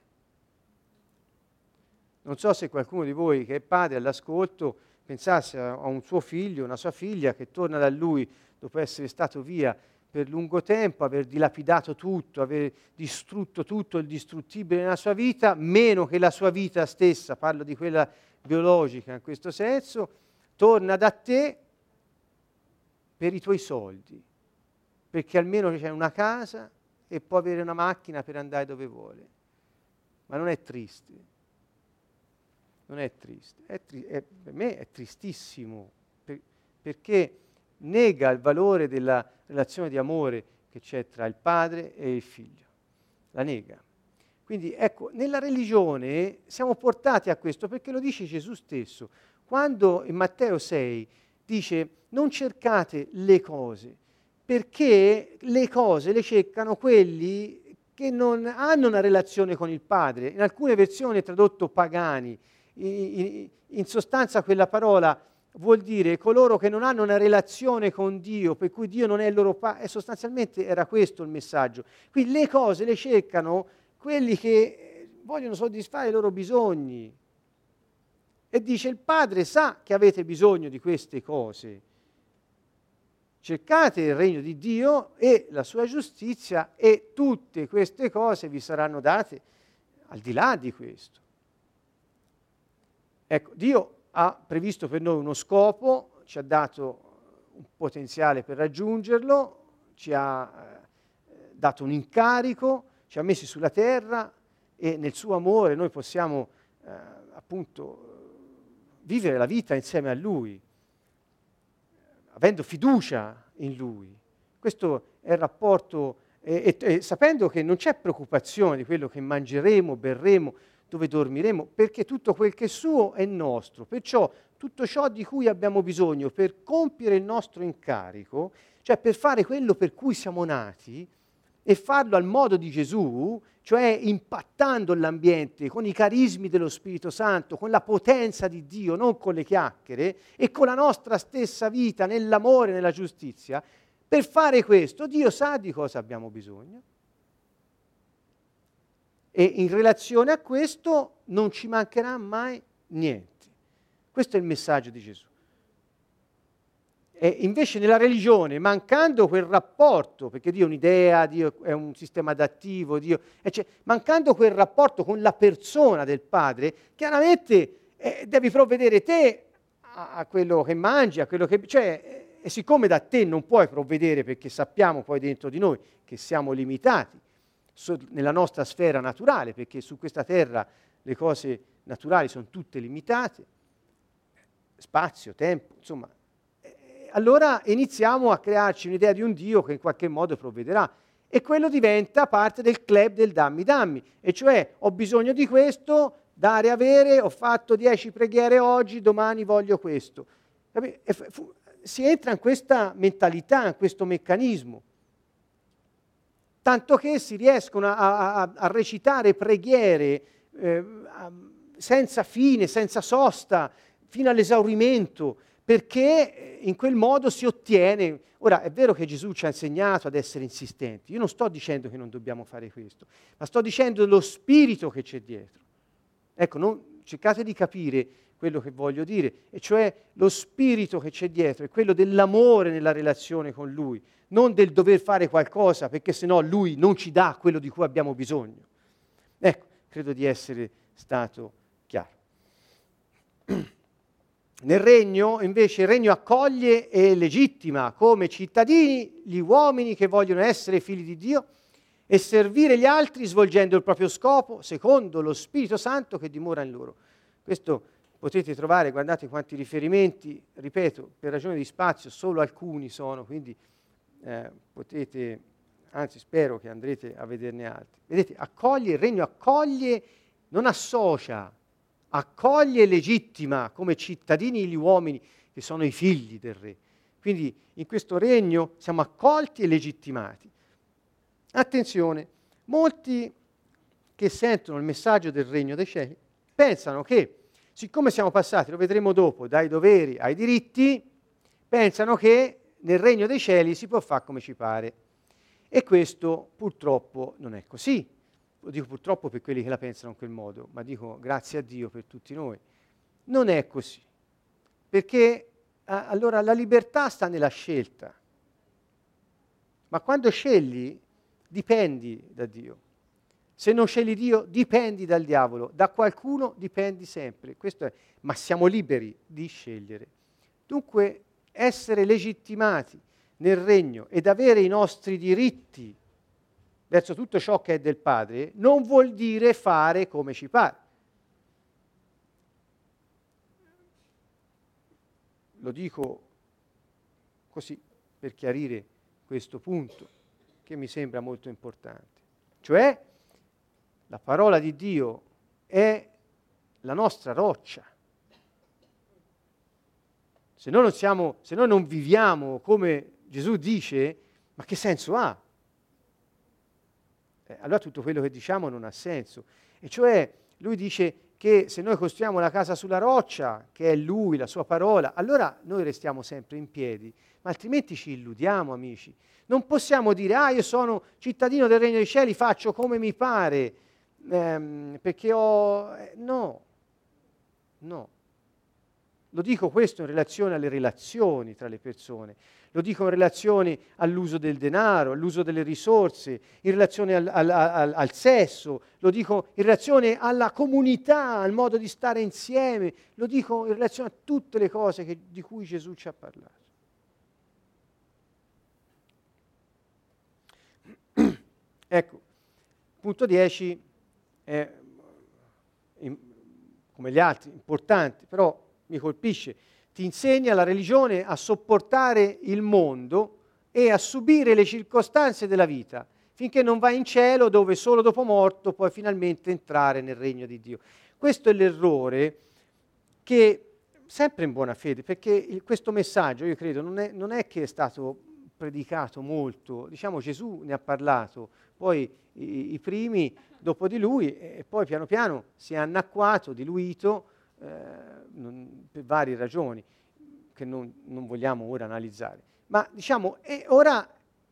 Non so se qualcuno di voi che è padre all'ascolto pensasse a, a un suo figlio, una sua figlia che torna da lui dopo essere stato via per lungo tempo, aver dilapidato tutto, aver distrutto tutto il distruttibile nella sua vita, meno che la sua vita stessa, parlo di quella biologica in questo senso, torna da te per i tuoi soldi, perché almeno c'è una casa e può avere una macchina per andare dove vuole. Ma non è triste. Non è triste. È tri- è, per me è tristissimo, per, perché nega il valore della relazione di amore che c'è tra il padre e il figlio. La nega. Quindi ecco, nella religione siamo portati a questo perché lo dice Gesù stesso. Quando in Matteo sei dice non cercate le cose, perché le cose le cercano quelli che non hanno una relazione con il Padre. In alcune versioni è tradotto pagani. In, in sostanza quella parola vuol dire coloro che non hanno una relazione con Dio, per cui Dio non è il loro padre, e sostanzialmente era questo il messaggio. Quindi le cose le cercano quelli che vogliono soddisfare i loro bisogni. E dice il Padre sa che avete bisogno di queste cose. Cercate il regno di Dio e la sua giustizia e tutte queste cose vi saranno date al di là di questo. Ecco, Dio ha previsto per noi uno scopo, ci ha dato un potenziale per raggiungerlo, ci ha eh, dato un incarico, ci ha messi sulla terra e nel suo amore noi possiamo eh, appunto vivere la vita insieme a Lui, avendo fiducia in Lui. Questo è il rapporto, e, e, e sapendo che non c'è preoccupazione di quello che mangeremo, berremo, dove dormiremo, perché tutto quel che è suo è nostro. Perciò tutto ciò di cui abbiamo bisogno per compiere il nostro incarico, cioè per fare quello per cui siamo nati, e farlo al modo di Gesù, cioè impattando l'ambiente con i carismi dello Spirito Santo, con la potenza di Dio, non con le chiacchiere, e con la nostra stessa vita nell'amore e nella giustizia, per fare questo Dio sa di cosa abbiamo bisogno. E in relazione a questo non ci mancherà mai niente. Questo è il messaggio di Gesù. E invece nella religione, mancando quel rapporto, perché Dio è un'idea, Dio è un sistema adattivo, Dio, cioè, mancando quel rapporto con la persona del Padre, chiaramente eh, devi provvedere te a, a quello che mangi, a quello che... Cioè, e siccome da te non puoi provvedere, perché sappiamo poi dentro di noi che siamo limitati, nella nostra sfera naturale, perché su questa terra le cose naturali sono tutte limitate, spazio, tempo, insomma, eh, allora iniziamo a crearci un'idea di un Dio che in qualche modo provvederà e quello diventa parte del club del dammi dammi, e cioè ho bisogno di questo, dare, avere, ho fatto dieci preghiere oggi, domani voglio questo. E fu, si entra in questa mentalità, in questo meccanismo. Tanto che si riescono a, a, a recitare preghiere eh, senza fine, senza sosta, fino all'esaurimento, perché in quel modo si ottiene... Ora, è vero che Gesù ci ha insegnato ad essere insistenti, io non sto dicendo che non dobbiamo fare questo, ma sto dicendo lo spirito che c'è dietro. Ecco, non, cercate di capire quello che voglio dire, e cioè lo spirito che c'è dietro, è quello dell'amore nella relazione con Lui, non del dover fare qualcosa perché sennò Lui non ci dà quello di cui abbiamo bisogno. Ecco, credo di essere stato chiaro. Nel regno, invece, il regno accoglie e legittima come cittadini gli uomini che vogliono essere figli di Dio e servire gli altri svolgendo il proprio scopo secondo lo Spirito Santo che dimora in loro. Questo potete trovare, guardate quanti riferimenti, ripeto, per ragione di spazio solo alcuni sono, quindi Eh, potete, anzi spero che andrete a vederne altri. Vedete, accoglie, il regno accoglie, non associa, accoglie e legittima come cittadini gli uomini che sono i figli del re. Quindi in questo regno siamo accolti e legittimati. Attenzione, molti che sentono il messaggio del regno dei cieli pensano che, siccome siamo passati, lo vedremo dopo, dai doveri ai diritti, pensano che nel regno dei cieli si può fare come ci pare. E questo purtroppo non è così. Lo dico purtroppo per quelli che la pensano in quel modo, ma dico grazie a Dio per tutti noi. Non è così. Perché a, allora la libertà sta nella scelta. Ma quando scegli, dipendi da Dio. Se non scegli Dio, dipendi dal diavolo. Da qualcuno dipendi sempre. Questo è, ma siamo liberi di scegliere. Dunque, essere legittimati nel regno ed avere i nostri diritti verso tutto ciò che è del Padre non vuol dire fare come ci pare. Lo dico così per chiarire questo punto che mi sembra molto importante. Cioè, la parola di Dio è la nostra roccia. Se noi non siamo, se noi non viviamo come Gesù dice, ma che senso ha? Eh, allora tutto quello che diciamo non ha senso. E cioè, lui dice che se noi costruiamo la casa sulla roccia, che è lui, la sua parola, allora noi restiamo sempre in piedi, ma altrimenti ci illudiamo, amici. Non possiamo dire, ah, io sono cittadino del Regno dei Cieli, faccio come mi pare, ehm, perché ho... Eh, no, no. Lo dico questo in relazione alle relazioni tra le persone, lo dico in relazione all'uso del denaro, all'uso delle risorse, in relazione al, al, al, al sesso, lo dico in relazione alla comunità, al modo di stare insieme, lo dico in relazione a tutte le cose che, di cui Gesù ci ha parlato. Ecco, punto dieci è, in, come gli altri, importante, però mi colpisce, ti insegna la religione a sopportare il mondo e a subire le circostanze della vita, finché non vai in cielo dove solo dopo morto puoi finalmente entrare nel regno di Dio. Questo è l'errore che, sempre in buona fede, perché il, questo messaggio, io credo, non è, non è che è stato predicato molto, diciamo Gesù ne ha parlato, poi i, i primi dopo di lui, e poi piano piano si è annacquato, diluito, eh, non, per varie ragioni che non, non vogliamo ora analizzare. Ma diciamo, e ora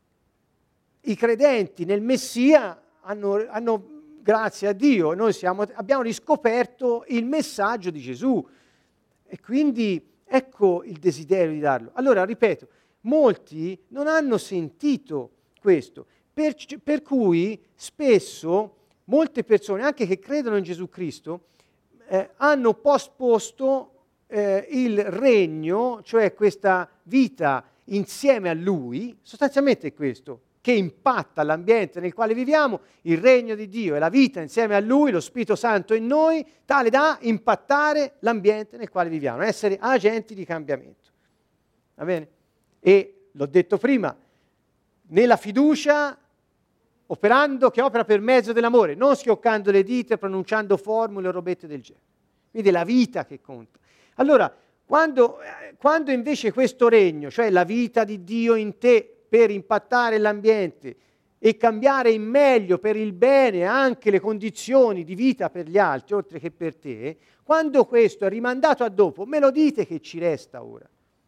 i credenti nel Messia hanno, hanno grazie a Dio, noi siamo, abbiamo riscoperto il messaggio di Gesù e quindi ecco il desiderio di darlo. Allora, ripeto, molti non hanno sentito questo, per, per cui spesso molte persone, anche che credono in Gesù Cristo, eh, hanno posposto eh, il regno, cioè questa vita insieme a Lui, sostanzialmente è questo, che impatta l'ambiente nel quale viviamo, il regno di Dio e la vita insieme a Lui, lo Spirito Santo in noi, tale da impattare l'ambiente nel quale viviamo, essere agenti di cambiamento. Va bene? E l'ho detto prima, nella fiducia, operando, che opera per mezzo dell'amore, non schioccando le dita, pronunciando formule o robette del genere. Quindi è la vita che conta. Allora, quando, quando invece questo regno, cioè la vita di Dio in te, per impattare l'ambiente e cambiare in meglio per il bene anche le condizioni di vita per gli altri, oltre che per te, quando questo è rimandato a dopo, me lo dite che ci resta ora.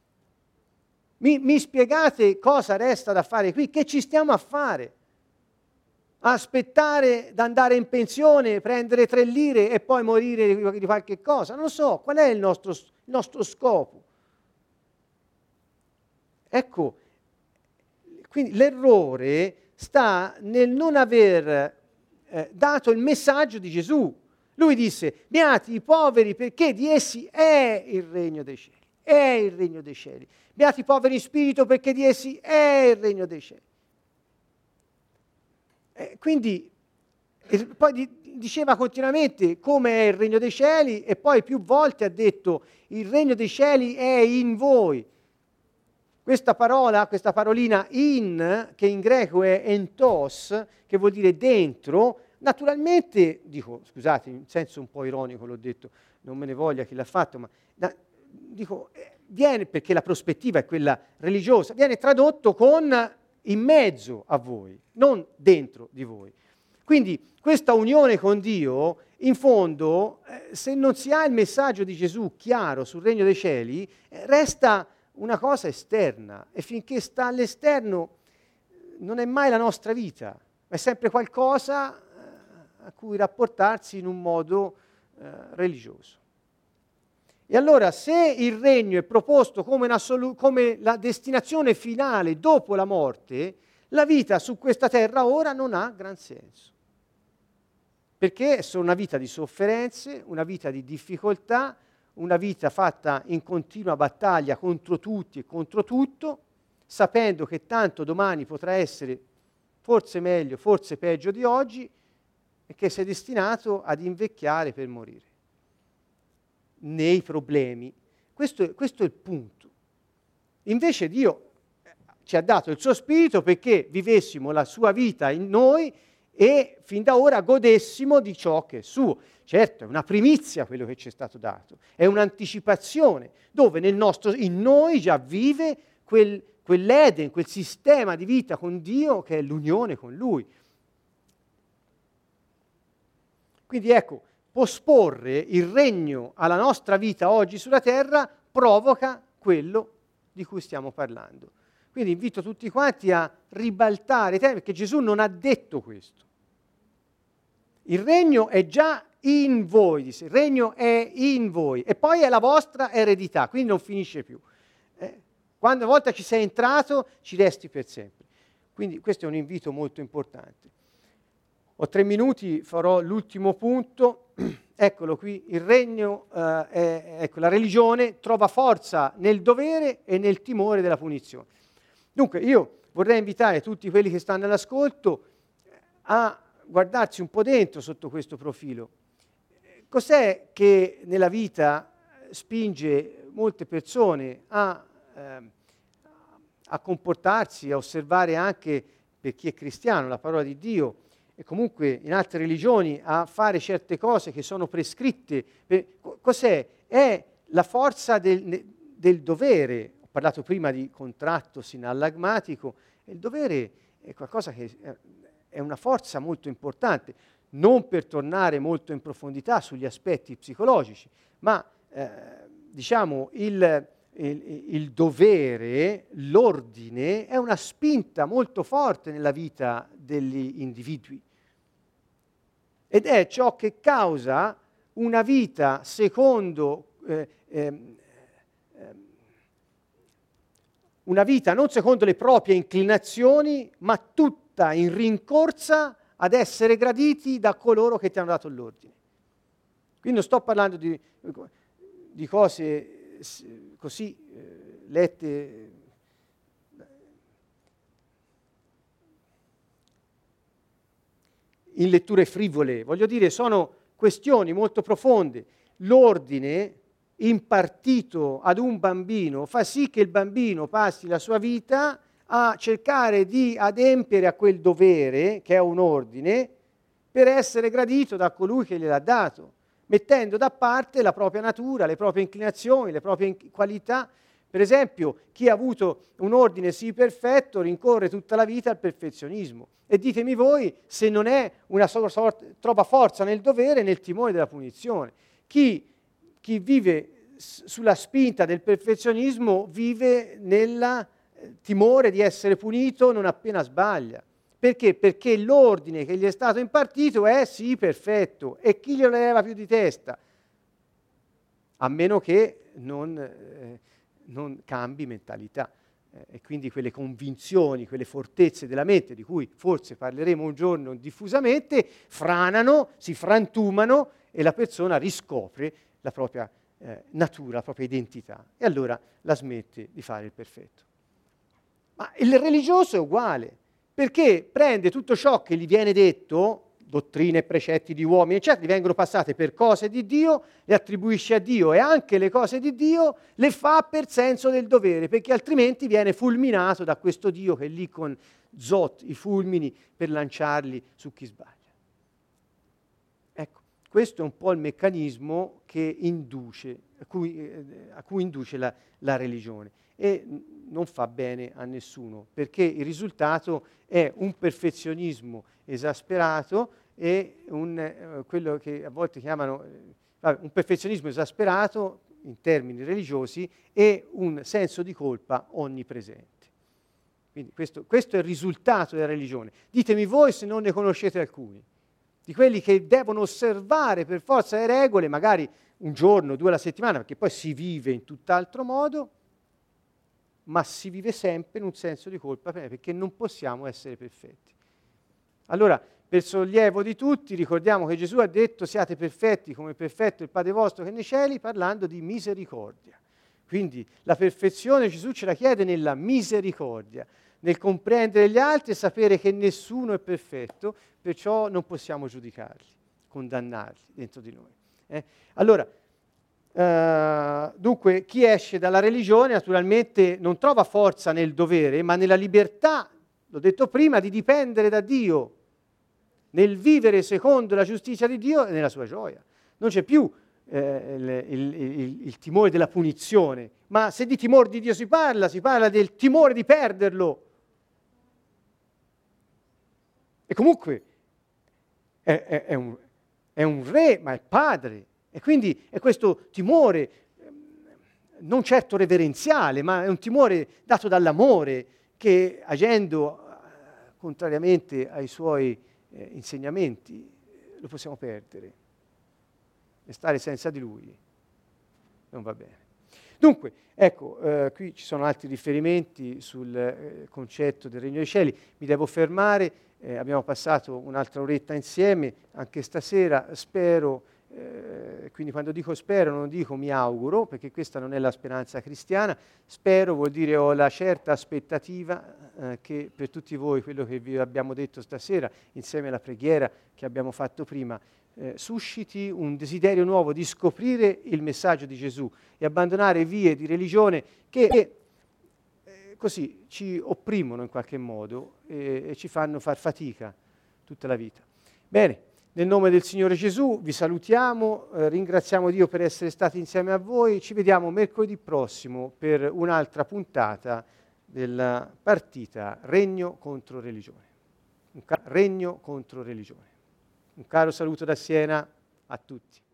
Mi, mi spiegate cosa resta da fare qui? Che ci stiamo a fare? Aspettare di andare in pensione, prendere tre lire e poi morire di, di qualche cosa? Non so, qual è il nostro, il nostro scopo? Ecco, quindi l'errore sta nel non aver eh, dato il messaggio di Gesù. Lui disse, beati i poveri perché di essi è il regno dei cieli, è il regno dei cieli. Beati i poveri in spirito perché di essi è il regno dei cieli. Eh, quindi, e poi di, diceva continuamente come è il regno dei cieli e poi più volte ha detto, il regno dei cieli è in voi. Questa parola, questa parolina in, che in greco è entos, che vuol dire dentro, Naturalmente, dico, scusate, in senso un po' ironico l'ho detto, non me ne voglia chi l'ha fatto, ma na, dico, eh, viene, perché la prospettiva è quella religiosa, viene tradotto con in mezzo a voi, non dentro di voi. Quindi questa unione con Dio, in fondo, eh, se non si ha il messaggio di Gesù chiaro sul regno dei cieli, eh, resta una cosa esterna, e finché sta all'esterno non è mai la nostra vita, è sempre qualcosa eh, a cui rapportarsi in un modo eh, religioso. E allora, se il regno è proposto come, assolu- come la destinazione finale dopo la morte, la vita su questa terra ora non ha gran senso. Perché è solo una vita di sofferenze, una vita di difficoltà, una vita fatta in continua battaglia contro tutti e contro tutto, sapendo che tanto domani potrà essere forse meglio, forse peggio di oggi, e che sei destinato ad invecchiare per morire. Nei problemi. Questo è, questo è il punto. Invece Dio ci ha dato il suo spirito perché vivessimo la sua vita in noi e fin da ora godessimo di ciò che è suo. Certo, è una primizia quello che ci è stato dato, è un'anticipazione dove nel nostro, in noi già vive quel, quell'Eden, quel sistema di vita con Dio che è l'unione con Lui. Quindi ecco, posporre il regno alla nostra vita oggi sulla terra provoca quello di cui stiamo parlando. Quindi invito tutti quanti a ribaltare i temi, perché Gesù non ha detto questo. Il regno è già in voi, dice, il regno è in voi e poi è la vostra eredità, quindi non finisce più. Eh, quando una volta ci sei entrato, ci resti per sempre. Quindi questo è un invito molto importante. Ho tre minuti, farò l'ultimo punto. Eccolo qui, il regno, eh, è, ecco, la religione trova forza nel dovere e nel timore della punizione. Dunque io vorrei invitare tutti quelli che stanno all'ascolto a guardarsi un po' dentro sotto questo profilo. Cos'è che nella vita spinge molte persone a, eh, a comportarsi, a osservare anche, per chi è cristiano, la parola di Dio, e comunque in altre religioni a fare certe cose che sono prescritte? Cos'è? È la forza del, del dovere. Ho parlato prima di contratto sinallagmatico, e il dovere è qualcosa che è una forza molto importante, non per tornare molto in profondità sugli aspetti psicologici, ma eh, diciamo il, il, il dovere, l'ordine, è una spinta molto forte nella vita degli individui. Ed è ciò che causa una vita secondo, eh, eh, una vita non secondo le proprie inclinazioni, ma tutta in rincorsa ad essere graditi da coloro che ti hanno dato l'ordine. Qui non sto parlando di, di cose così eh, lette in letture frivole, voglio dire, sono questioni molto profonde. L'ordine impartito ad un bambino fa sì che il bambino passi la sua vita a cercare di adempiere a quel dovere, che è un ordine, per essere gradito da colui che gliel'ha dato, mettendo da parte la propria natura, le proprie inclinazioni, le proprie qualità. Per esempio, chi ha avuto un ordine sì perfetto rincorre tutta la vita al perfezionismo. E ditemi voi se non è una sorta, trova forza nel dovere e nel timore della punizione. Chi, chi vive s- sulla spinta del perfezionismo vive nel eh, timore di essere punito non appena sbaglia. Perché? Perché l'ordine che gli è stato impartito è sì perfetto, e chi glielo leva più di testa? A meno che non... Eh, non cambi mentalità eh, e quindi quelle convinzioni, quelle fortezze della mente di cui forse parleremo un giorno diffusamente, franano, si frantumano e la persona riscopre la propria eh, natura, la propria identità e allora la smette di fare il perfetto. Ma il religioso è uguale, perché prende tutto ciò che gli viene detto, dottrine e precetti di uomini, eccetera, gli vengono passate per cose di Dio, le attribuisce a Dio e anche le cose di Dio le fa per senso del dovere, perché altrimenti viene fulminato da questo Dio che è lì con Zot, i fulmini, per lanciarli su chi sbaglia. Questo è un po' il meccanismo che induce, a cui, eh, a cui induce la, la religione, e non fa bene a nessuno, perché il risultato è un perfezionismo esasperato e un, eh, quello che a volte chiamano eh, vabbè, un perfezionismo esasperato in termini religiosi e un senso di colpa onnipresente. Quindi questo, questo è il risultato della religione. Ditemi voi se non ne conoscete alcuni, di quelli che devono osservare per forza le regole, magari un giorno, due alla settimana, perché poi si vive in tutt'altro modo, ma si vive sempre in un senso di colpa, perché non possiamo essere perfetti. Allora, per sollievo di tutti, ricordiamo che Gesù ha detto siate perfetti come è perfetto il Padre vostro che è nei cieli, parlando di misericordia. Quindi la perfezione Gesù ce la chiede nella misericordia, nel comprendere gli altri e sapere che nessuno è perfetto, perciò non possiamo giudicarli, condannarli dentro di noi. Eh? Allora, eh, dunque, chi esce dalla religione naturalmente non trova forza nel dovere, ma nella libertà, l'ho detto prima, di dipendere da Dio, nel vivere secondo la giustizia di Dio e nella sua gioia. Non c'è più eh, il, il, il, il timore della punizione, ma se di timore di Dio si parla, si parla del timore di perderlo. E comunque è, è, è, un, è un re, ma è padre. E quindi è questo timore, non certo reverenziale, ma è un timore dato dall'amore che, agendo eh, contrariamente ai suoi eh, insegnamenti, lo possiamo perdere. E stare senza di lui non va bene. Dunque, ecco, eh, qui ci sono altri riferimenti sul eh, concetto del Regno dei Cieli. Mi devo fermare, eh, abbiamo passato un'altra oretta insieme, anche stasera, spero, eh, quindi quando dico spero non dico mi auguro, perché questa non è la speranza cristiana, spero vuol dire ho la certa aspettativa eh, che per tutti voi quello che vi abbiamo detto stasera, insieme alla preghiera che abbiamo fatto prima, Eh, susciti un desiderio nuovo di scoprire il messaggio di Gesù e abbandonare vie di religione che eh, così ci opprimono in qualche modo e, e ci fanno far fatica tutta la vita. Bene, nel nome del Signore Gesù vi salutiamo, eh, ringraziamo Dio per essere stati insieme a voi, ci vediamo mercoledì prossimo per un'altra puntata della partita Regno contro Religione. Un ca- regno contro Religione. Un caro saluto da Siena a tutti.